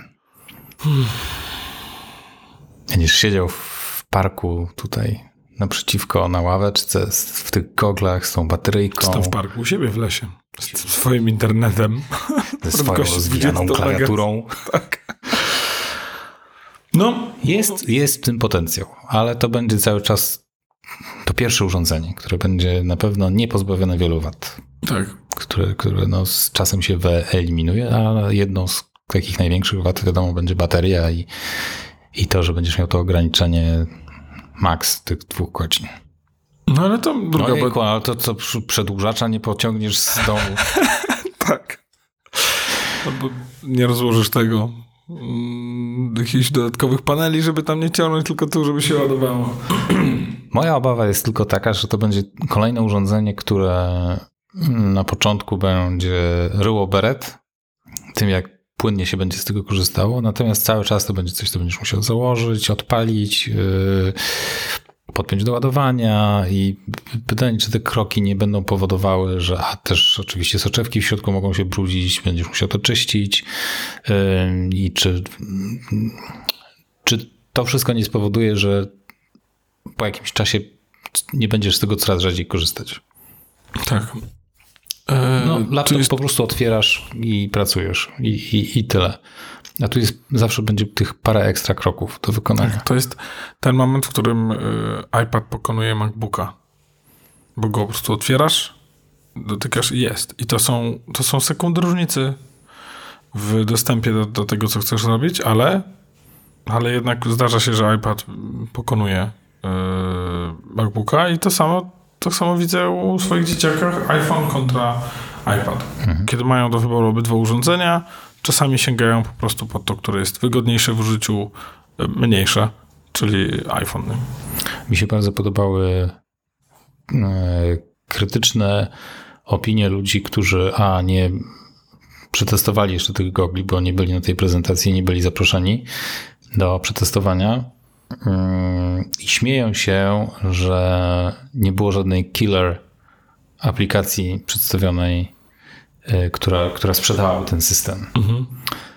Będziesz siedział w parku tutaj naprzeciwko na ławeczce w tych goglach z tą bateryjką. Jestem w parku u siebie w lesie. Z swoim internetem. Ze swoją rozwijaną klawiaturą. Tak. No. Jest, jest w tym potencjał, ale to będzie cały czas to pierwsze urządzenie, które będzie na pewno nie pozbawione wielu wad. Tak. Które, które no z czasem się wyeliminuje, a jedną z takich największych wad, wiadomo, będzie bateria i, i to, że będziesz miał to ograniczenie max tych dwóch godzin. No ale to druga... No jejku, ale to co przedłużacza nie pociągniesz z domu. Tak. Albo nie rozłożysz tego mm, jakichś dodatkowych paneli, żeby tam nie ciągnąć, tylko tu, żeby się ładowało. Moja obawa jest tylko taka, że to będzie kolejne urządzenie, które na początku będzie ryło beret, tym jak płynnie się będzie z tego korzystało, natomiast cały czas to będzie coś, co będziesz musiał założyć, odpalić, yy, podpiąć do ładowania i pytanie, czy te kroki nie będą powodowały, że a też oczywiście soczewki w środku mogą się brudzić, będziesz musiał to czyścić yy, i czy, czy to wszystko nie spowoduje, że po jakimś czasie nie będziesz z tego coraz rzadziej korzystać. Tak. No, laptop jest... po prostu otwierasz i pracujesz i, i, i tyle. A tu jest, zawsze będzie tych parę ekstra kroków do wykonania. Tak, to jest ten moment, w którym y, iPad pokonuje MacBooka. Bo go po prostu otwierasz, dotykasz i jest. I to są, to są sekundy różnicy w dostępie do, do tego, co chcesz robić, ale, ale jednak zdarza się, że iPad pokonuje y, MacBooka i to samo To samo widzę u swoich dzieciakach, iPhone kontra iPad. Mhm. Kiedy mają do wyboru obydwa urządzenia, czasami sięgają po prostu po to, które jest wygodniejsze w użyciu, mniejsze, czyli iPhone. Mi się bardzo podobały krytyczne opinie ludzi, którzy a nie przetestowali jeszcze tych gogli, bo nie byli na tej prezentacji, nie byli zaproszeni do przetestowania. I śmieją się, że nie było żadnej killer aplikacji przedstawionej, która, która sprzedałaby ten system. Mhm.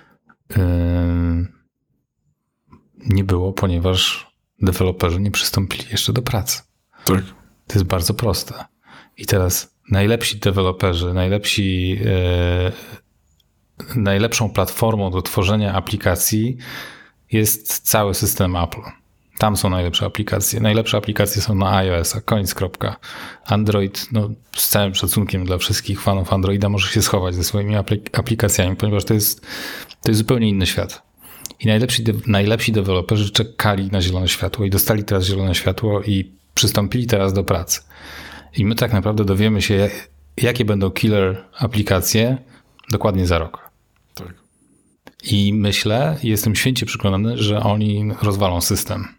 Nie było, ponieważ deweloperzy nie przystąpili jeszcze do pracy. Tak. To jest bardzo proste. I teraz najlepsi deweloperzy, najlepsi, najlepszą platformą do tworzenia aplikacji jest cały system Apple. Tam są najlepsze aplikacje. Najlepsze aplikacje są na iOS-a. Koniec, kropka. Android, no z całym szacunkiem dla wszystkich fanów Androida, może się schować ze swoimi aplik- aplikacjami, ponieważ to jest, to jest zupełnie inny świat. I najlepsi, de- najlepsi deweloperzy czekali na zielone światło i dostali teraz zielone światło i przystąpili teraz do pracy. I my tak naprawdę dowiemy się, jakie będą killer aplikacje dokładnie za rok. Tak. I myślę, jestem święcie przekonany, że oni rozwalą system.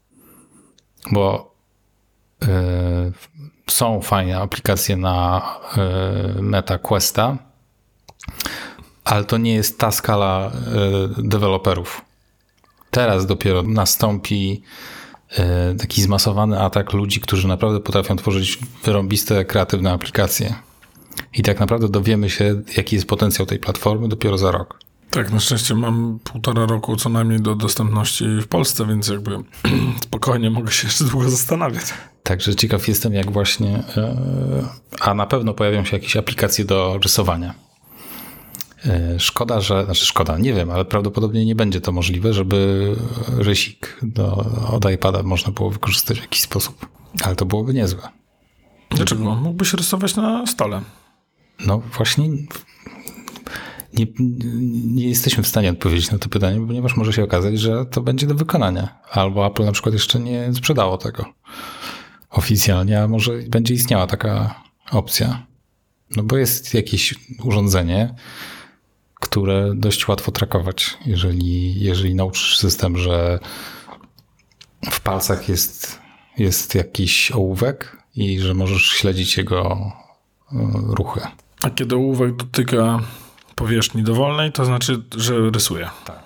Bo y, są fajne aplikacje na y, Meta Questa, ale to nie jest ta skala y, deweloperów. Teraz dopiero nastąpi y, taki zmasowany atak ludzi, którzy naprawdę potrafią tworzyć wyrąbiste, kreatywne aplikacje. I tak naprawdę dowiemy się, jaki jest potencjał tej platformy dopiero za rok. Tak, na szczęście mam półtora roku co najmniej do dostępności w Polsce, więc jakby spokojnie mogę się jeszcze długo zastanawiać. Także ciekaw jestem, jak właśnie, a na pewno pojawią się jakieś aplikacje do rysowania. Szkoda, że, znaczy szkoda, nie wiem, ale prawdopodobnie nie będzie to możliwe, żeby rysik do, od iPada można było wykorzystać w jakiś sposób. Ale to byłoby niezłe. Dlaczego? Mógłbyś rysować na stole. No właśnie nie, nie jesteśmy w stanie odpowiedzieć na to pytanie, ponieważ może się okazać, że to będzie do wykonania. Albo Apple na przykład jeszcze nie sprzedało tego oficjalnie, a może będzie istniała taka opcja. No bo jest jakieś urządzenie, które dość łatwo trakować. Jeżeli, jeżeli nauczysz system, że w palcach jest, jest jakiś ołówek i że możesz śledzić jego ruchy. A kiedy ołówek dotyka powierzchni dowolnej, to znaczy, że rysuje. Tak.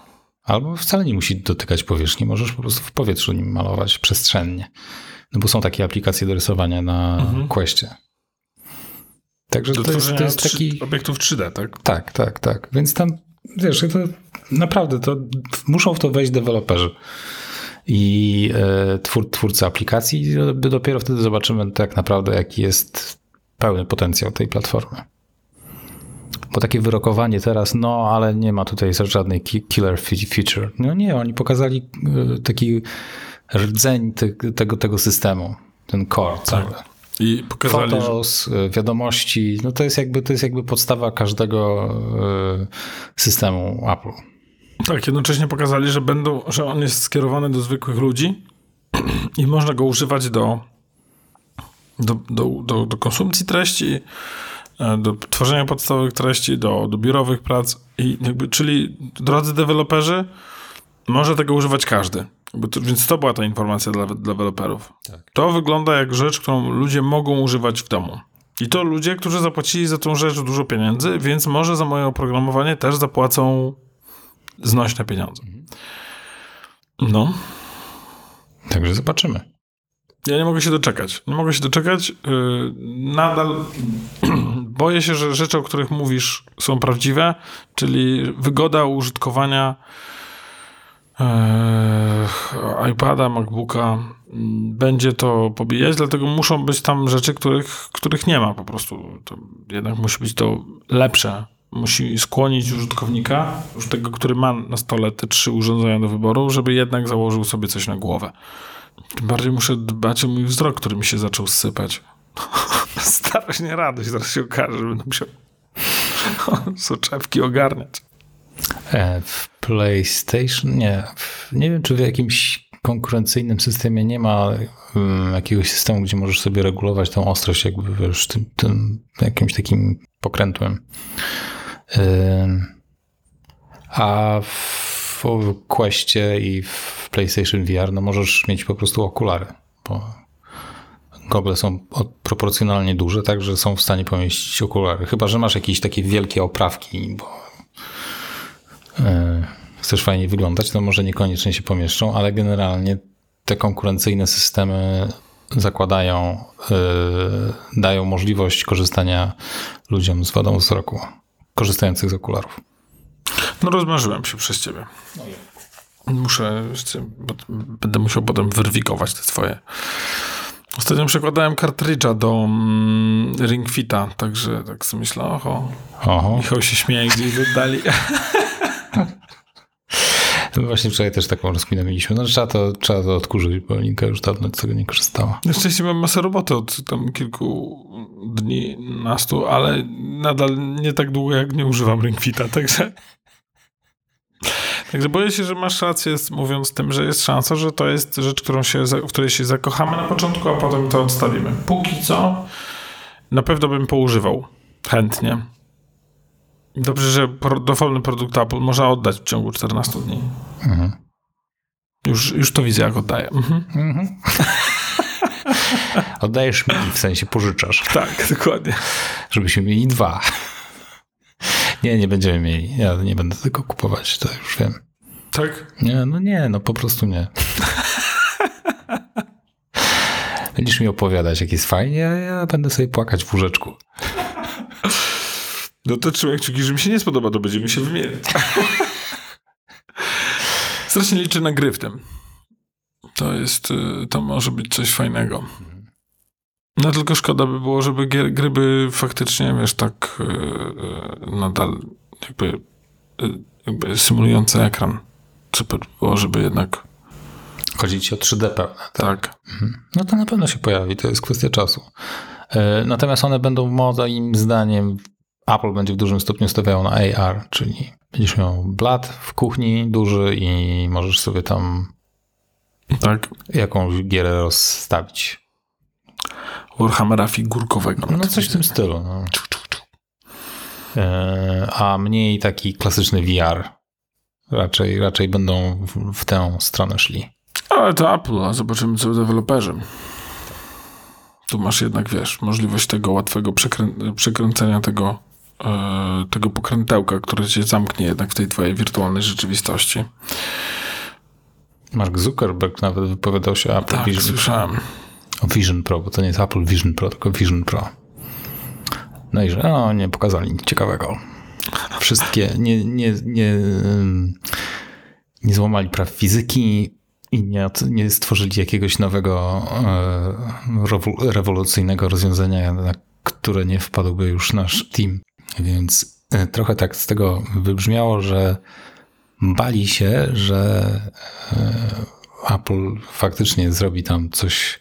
Albo wcale nie musi dotykać powierzchni, możesz po prostu w powietrzu nim malować przestrzennie. No bo są takie aplikacje do rysowania na mhm. Questie. Także do to jest, to jest taki... obiektów trzy D, tak? Tak, tak, tak. Więc tam, wiesz, to naprawdę to muszą w to wejść deweloperzy i e, twór, twórcy aplikacji. Dopiero wtedy zobaczymy tak naprawdę, jaki jest pełny potencjał tej platformy. Bo takie wyrokowanie teraz, no ale nie ma tutaj żadnej killer feature. No nie, oni pokazali taki rdzeń te, tego, tego systemu, ten core cały. Tak. I pokazali, Fotos, że... wiadomości, no to jest jakby, to jest jakby podstawa każdego systemu Apple. Tak, jednocześnie pokazali, że będą, że on jest skierowany do zwykłych ludzi i można go używać do, do, do, do, do konsumpcji treści, do tworzenia podstawowych treści, do, do biurowych prac. I jakby, czyli drodzy deweloperzy, może tego używać każdy. To, więc to była ta informacja dla, dla deweloperów. Tak. To wygląda jak rzecz, którą ludzie mogą używać w domu. I to ludzie, którzy zapłacili za tą rzecz dużo pieniędzy, więc może za moje oprogramowanie też zapłacą znośne pieniądze. No. Także zobaczymy. Ja nie mogę się doczekać. Nie mogę się doczekać. Yy, nadal boję się, że rzeczy, o których mówisz, są prawdziwe, czyli wygoda użytkowania yy, iPada, MacBooka będzie to pobijać, dlatego muszą być tam rzeczy, których, których nie ma po prostu. To jednak musi być to lepsze. Musi skłonić użytkownika, już tego, który ma na stole te trzy urządzenia do wyboru, żeby jednak założył sobie coś na głowę. Tym bardziej muszę dbać o mój wzrok, który mi się zaczął zsypać. Starość nie radość, zaraz się okaże, że będę musiał soczewki ogarniać. W PlayStation nie. Nie wiem, czy w jakimś konkurencyjnym systemie nie ma um, jakiegoś systemu, gdzie możesz sobie regulować tą ostrość jakby wiesz, tym, tym jakimś takim pokrętłem. Um, a w Questie i w PlayStation V R no możesz mieć po prostu okulary, bo gogle są proporcjonalnie duże, tak, że są w stanie pomieścić okulary. Chyba że masz jakieś takie wielkie oprawki, bo yy, chcesz fajnie wyglądać, to może niekoniecznie się pomieszczą, ale generalnie te konkurencyjne systemy zakładają, yy, dają możliwość korzystania ludziom z wadą wzroku, korzystających z okularów. No rozmarzyłem się przez ciebie. Muszę, bo będę musiał potem weryfikować te twoje. Ostatnio przekładałem kartridża do mm, Ring Fita, także tak sobie myślę, oho, oho. Michał się śmieje gdzieś w oddali. Właśnie wczoraj też taką rozkminę mieliśmy. No trzeba to, trzeba to odkurzyć, bo Linka już dawno z tego nie korzystała. Na szczęście mam masę roboty od tam kilku dni, nastu, ale nadal nie tak długo, jak nie używam Ring Fita, także... Także boję się, że masz rację mówiąc tym, że jest szansa, że to jest rzecz, którą się, w której się zakochamy na początku, a potem to odstawimy. Póki co na pewno bym poużywał chętnie. Dobrze, że dowolny produkt Apple można oddać w ciągu czternastu dni. Mhm. Już, już to widzę, jak oddaję. Mhm. Mhm. Oddajesz mi, w sensie pożyczasz. Tak, dokładnie. Żebyśmy mieli dwa. Nie, nie będziemy mieli. Ja nie będę tego kupować, to już wiem. Tak? Nie, no nie, no po prostu nie. Będziesz mi opowiadać, jak jest fajnie, a ja będę sobie płakać w łóżeczku. No to trzymaj kciuki, że mi się nie spodoba, to będziemy się wymieniać. Strasznie liczę na gry w tym. To jest, to może być coś fajnego. No tylko szkoda by było, żeby gier, gry by faktycznie, wiesz, tak yy, nadal jakby, yy, jakby symulujące ekran. Super by było, żeby jednak... Chodzi ci o trzy D pełne. Tak. tak. Mhm. No to na pewno się pojawi, to jest kwestia czasu. Yy, natomiast one będą, moim zdaniem, Apple będzie w dużym stopniu stawiało na A R, czyli będziesz miał blat w kuchni duży i możesz sobie tam tak. jakąś gierę rozstawić. Warhammera figurkowego. No coś w tym stylu. No. A mniej taki klasyczny V R. Raczej, raczej będą w, w tę stronę szli. Ale to Apple, a zobaczymy co deweloperzy. Tu masz jednak, wiesz, możliwość tego łatwego przekrę- przekręcenia tego e, tego pokrętełka, które cię zamknie jednak w tej twojej wirtualnej rzeczywistości. Mark Zuckerberg nawet wypowiadał się o Apple tak, Vision słyszałem. Pro. O Vision Pro, bo to nie jest Apple Vision Pro, tylko Vision Pro. No i że no, nie pokazali nic ciekawego. Wszystkie nie, nie, nie, nie złamali praw fizyki i nie, nie stworzyli jakiegoś nowego e, rewolucyjnego rozwiązania, na które nie wpadłby już nasz team. Więc e, trochę tak z tego wybrzmiało, że bali się, że e, Apple faktycznie zrobi tam coś,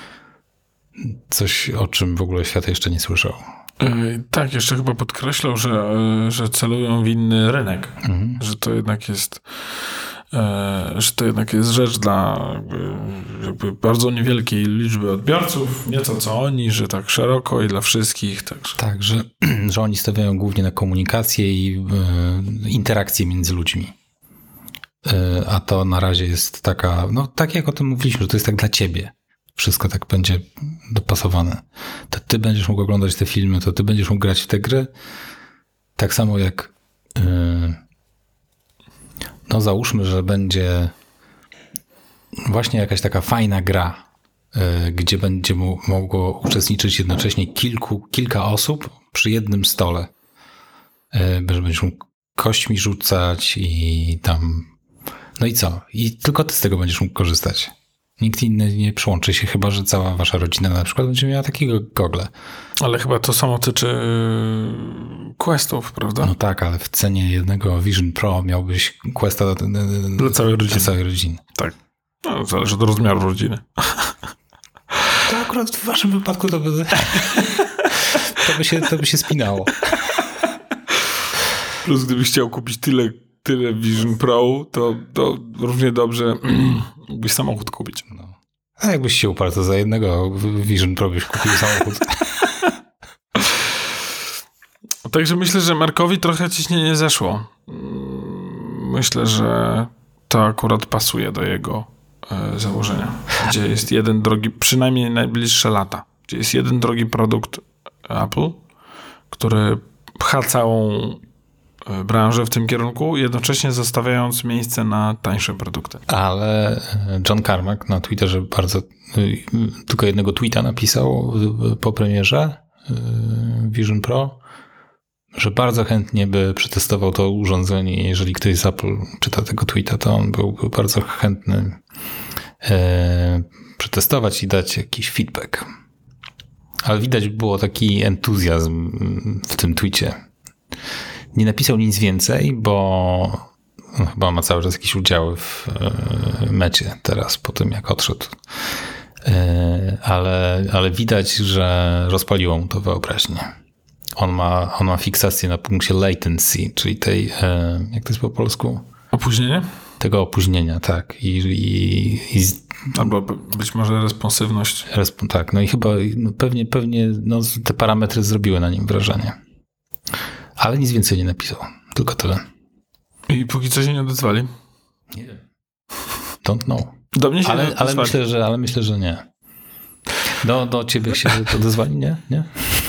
coś, o czym w ogóle świat jeszcze nie słyszał. Tak, jeszcze chyba podkreślał, że, że celują w inny rynek, mhm. że to jednak jest że to jednak jest rzecz dla jakby, jakby bardzo niewielkiej liczby odbiorców, nieco co oni, że tak szeroko i dla wszystkich. Także. Tak, że, że oni stawiają głównie na komunikację i y, interakcję między ludźmi. Y, a to na razie jest taka, no tak jak o tym mówiliśmy, że to jest tak dla ciebie. Wszystko tak będzie dopasowane. To ty będziesz mógł oglądać te filmy, to ty będziesz mógł grać w te gry. Tak samo jak yy, no załóżmy, że będzie właśnie jakaś taka fajna gra, yy, gdzie będzie mu, mogło uczestniczyć jednocześnie kilku, kilka osób przy jednym stole. Yy, że będziesz mógł kośćmi rzucać i tam no i co? I tylko ty z tego będziesz mógł korzystać. Nikt inny nie przyłączy się, chyba że cała wasza rodzina na przykład będzie miała takiego gogle. Ale chyba to samo tyczy Questów, prawda? No tak, ale w cenie jednego Vision Pro miałbyś Questa dla całej rodziny. Dla całej rodziny. Tak. No, zależy od rozmiaru rodziny. To akurat w waszym wypadku to by, to by, się, to by się spinało. Plus gdybyś chciał kupić tyle tyle Vision Pro, to, to równie dobrze mógłbyś samochód kupić. No. A jakbyś się uparł, to za jednego Vision Pro byś kupił samochód. Także myślę, że Markowi trochę ciśnienie zeszło. Myślę, że to akurat pasuje do jego e, założenia. Gdzie jest jeden drogi, przynajmniej najbliższe lata, gdzie jest jeden drogi produkt Apple, który pcha całą branżę w tym kierunku, jednocześnie zostawiając miejsce na tańsze produkty. Ale John Carmack na Twitterze bardzo, tylko jednego tweeta napisał po premierze Vision Pro, że bardzo chętnie by przetestował to urządzenie. Jeżeli ktoś z Apple czyta tego tweeta, to on byłby bardzo chętny e, przetestować i dać jakiś feedback. Ale widać było taki entuzjazm w tym tweetie. Nie napisał nic więcej, bo no, chyba ma cały czas jakieś udziały w e, mecie teraz, po tym jak odszedł. E, ale, ale widać, że rozpaliło mu to wyobraźnię. On ma, on ma fiksację na punkcie latency, czyli tej, e, jak to jest po polsku? Opóźnienie? Tego opóźnienia, tak. I, i, i Albo być może responsywność. Resp- tak, no i chyba no pewnie, pewnie no, te parametry zrobiły na nim wrażenie. Ale nic więcej nie napisał. Tylko tyle. I póki co się nie odezwali? Nie wiem. Don't know. Do mnie się ale, nie ale myślę, że Ale myślę, że nie. Do, do ciebie się odezwali? Nie? Nie?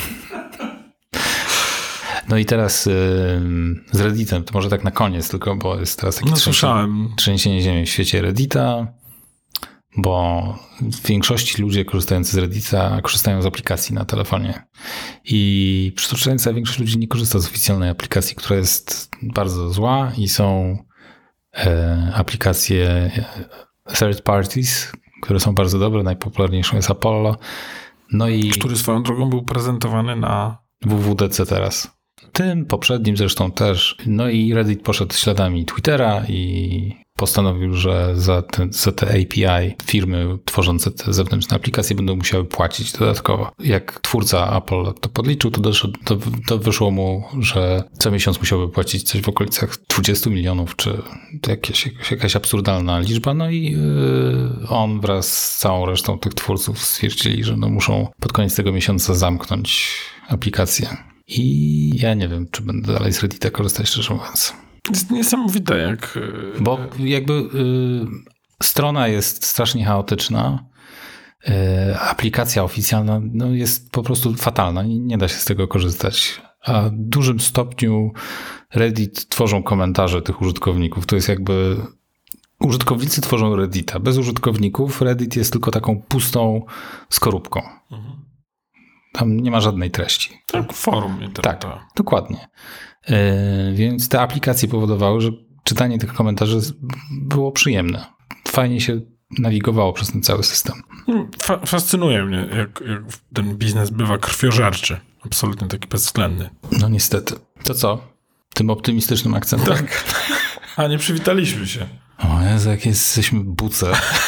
No i teraz yy, z Redditem, to może tak na koniec tylko, bo jest teraz takie no, trzęsienie, trzęsienie ziemi w świecie Reddita, bo w większości ludzie korzystający z Reddita korzystają z aplikacji na telefonie i przytłaczająca większość ludzi nie korzysta z oficjalnej aplikacji, która jest bardzo zła i są e, aplikacje third parties, które są bardzo dobre, najpopularniejszą jest Apollo, no i który swoją drogą był prezentowany na W W D C teraz. Tym poprzednim zresztą też. No i Reddit poszedł śladami Twittera i postanowił, że za te, za te A P I firmy tworzące te zewnętrzne aplikacje będą musiały płacić dodatkowo. Jak twórca Apple to podliczył, to, doszło, to, to wyszło mu, że co miesiąc musiałby płacić coś w okolicach dwudziestu milionów, czy jakieś, jakaś absurdalna liczba. No i yy, on wraz z całą resztą tych twórców stwierdzili, że no muszą pod koniec tego miesiąca zamknąć aplikację. I ja nie wiem, czy będę dalej z Reddita korzystać, szczerze mówiąc. Jest niesamowite, jak... Bo jakby y, strona jest strasznie chaotyczna, y, aplikacja oficjalna no, jest po prostu fatalna, nie, nie da się z tego korzystać. A w dużym stopniu Reddit tworzą komentarze tych użytkowników. To jest jakby... Użytkownicy tworzą Reddita. Bez użytkowników Reddit jest tylko taką pustą skorupką. Mhm. Tam nie ma żadnej treści. Tak, forum internetowe. Tak, dokładnie. Yy, więc te aplikacje powodowały, że czytanie tych komentarzy było przyjemne. Fajnie się nawigowało przez ten cały system. Fa- fascynuje mnie, jak, jak ten biznes bywa krwiożerczy. Absolutnie taki bezwzględny. No niestety. To co? Tym optymistycznym akcentem? Tak. A nie przywitaliśmy się. O Jezu, jak jesteśmy buce.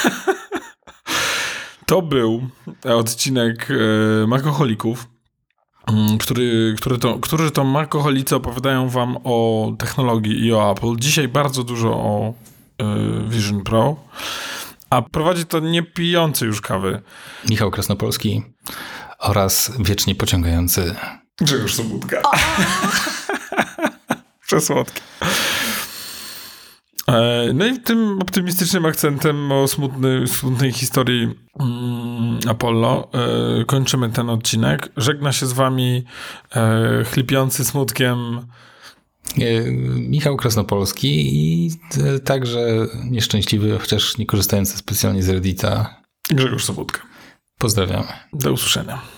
To był odcinek e, Makoholików, który, który to, którzy to makoholicy opowiadają wam o technologii i o Apple. Dzisiaj bardzo dużo o e, Vision Pro, a prowadzi to nie pijący już kawy Michał Krasnopolski oraz wiecznie pociągający Grzegorz Sobudka. Przesłodki. No i tym optymistycznym akcentem o smutny, smutnej historii mm, Apollo e, kończymy ten odcinek. Żegna się z wami e, chlipiący smutkiem Michał Krasnopolski i także nieszczęśliwy, chociaż nie korzystający specjalnie z Reddita Grzegorz Sobudka. Pozdrawiamy. Do usłyszenia.